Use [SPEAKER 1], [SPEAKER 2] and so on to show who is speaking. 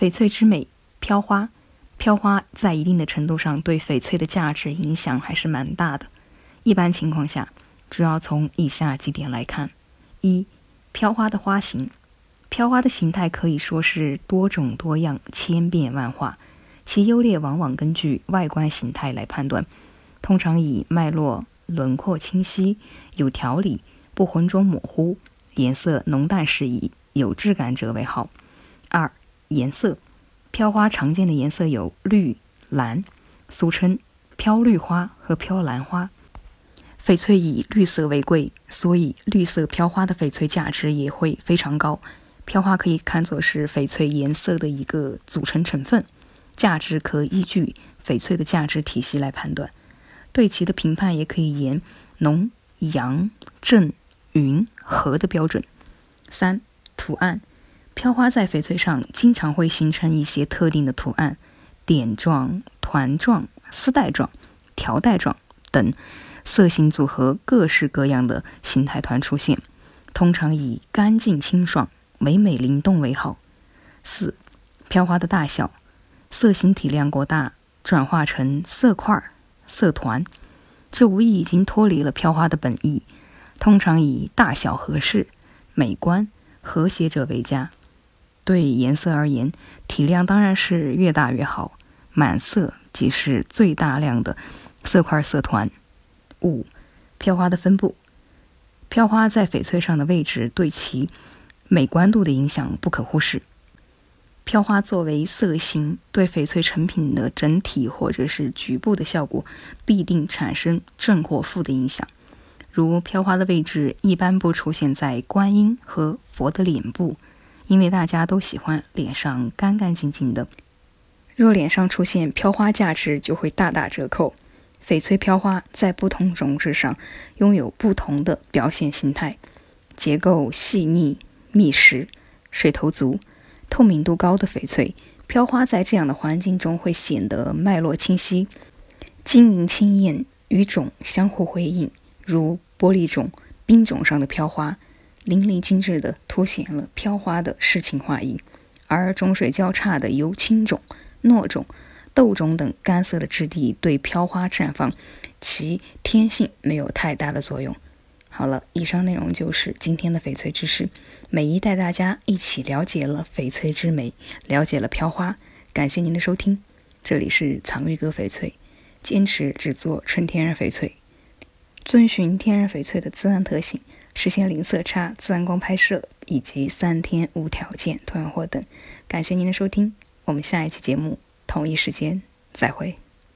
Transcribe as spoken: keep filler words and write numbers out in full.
[SPEAKER 1] 翡翠之美，飘花。飘花在一定的程度上对翡翠的价值影响还是蛮大的。一般情况下，主要从以下几点来看：一、飘花的花型。飘花的形态可以说是多种多样、千变万化，其优劣往往根据外观形态来判断，通常以脉络、轮廓清晰、有条理、不浑浊模糊、颜色浓淡适宜、有质感者为好。二、颜色。飘花常见的颜色有绿、蓝，俗称飘绿花和飘蓝花。翡翠以绿色为贵，所以绿色飘花的翡翠价值也会非常高。飘花可以看作是翡翠颜色的一个组成成分，价值可依据翡翠的价值体系来判断。对其的评判也可以沿浓、阳、正、匀、和的标准。三、图案。飘花在翡翠上经常会形成一些特定的图案，点状、团状、丝带状、条带状等色型组合各式各样的形态团出现，通常以干净清爽、唯美灵动为好。四、飘花的大小。色型体量过大，转化成色块、色团，这无疑已经脱离了飘花的本意，通常以大小合适、美观、和谐者为佳。对颜色而言，体量当然是越大越好，满色即是最大量的色块色团。五、飘花的分布。飘花在翡翠上的位置对其美观度的影响不可忽视。飘花作为色型，对翡翠成品的整体或者是局部的效果必定产生正或负的影响。如飘花的位置一般不出现在观音和佛的脸部，因为大家都喜欢脸上干干净净的，若脸上出现飘花，价值就会大打折扣。翡翠飘花在不同种质上拥有不同的表现形态，结构细腻、密实、水头足、透明度高的翡翠飘花在这样的环境中会显得脉络清晰，晶莹清艳，与种相互辉映，如玻璃种、冰种上的飘花，淋漓尽致地凸显了飘花的诗情画意。而种水交叉的由青种、糯种、豆种等干涩的质地对飘花绽放其天性没有太大的作用。好了，以上内容就是今天的翡翠知识，美姨带大家一起了解了翡翠之美，了解了飘花。感谢您的收听，这里是藏玉阁翡翠，坚持制作纯天然翡翠，遵循天然翡翠的自然特性，实现零色差、自然光拍摄以及三天无条件退换货等。感谢您的收听，我们下一期节目同一时间再会。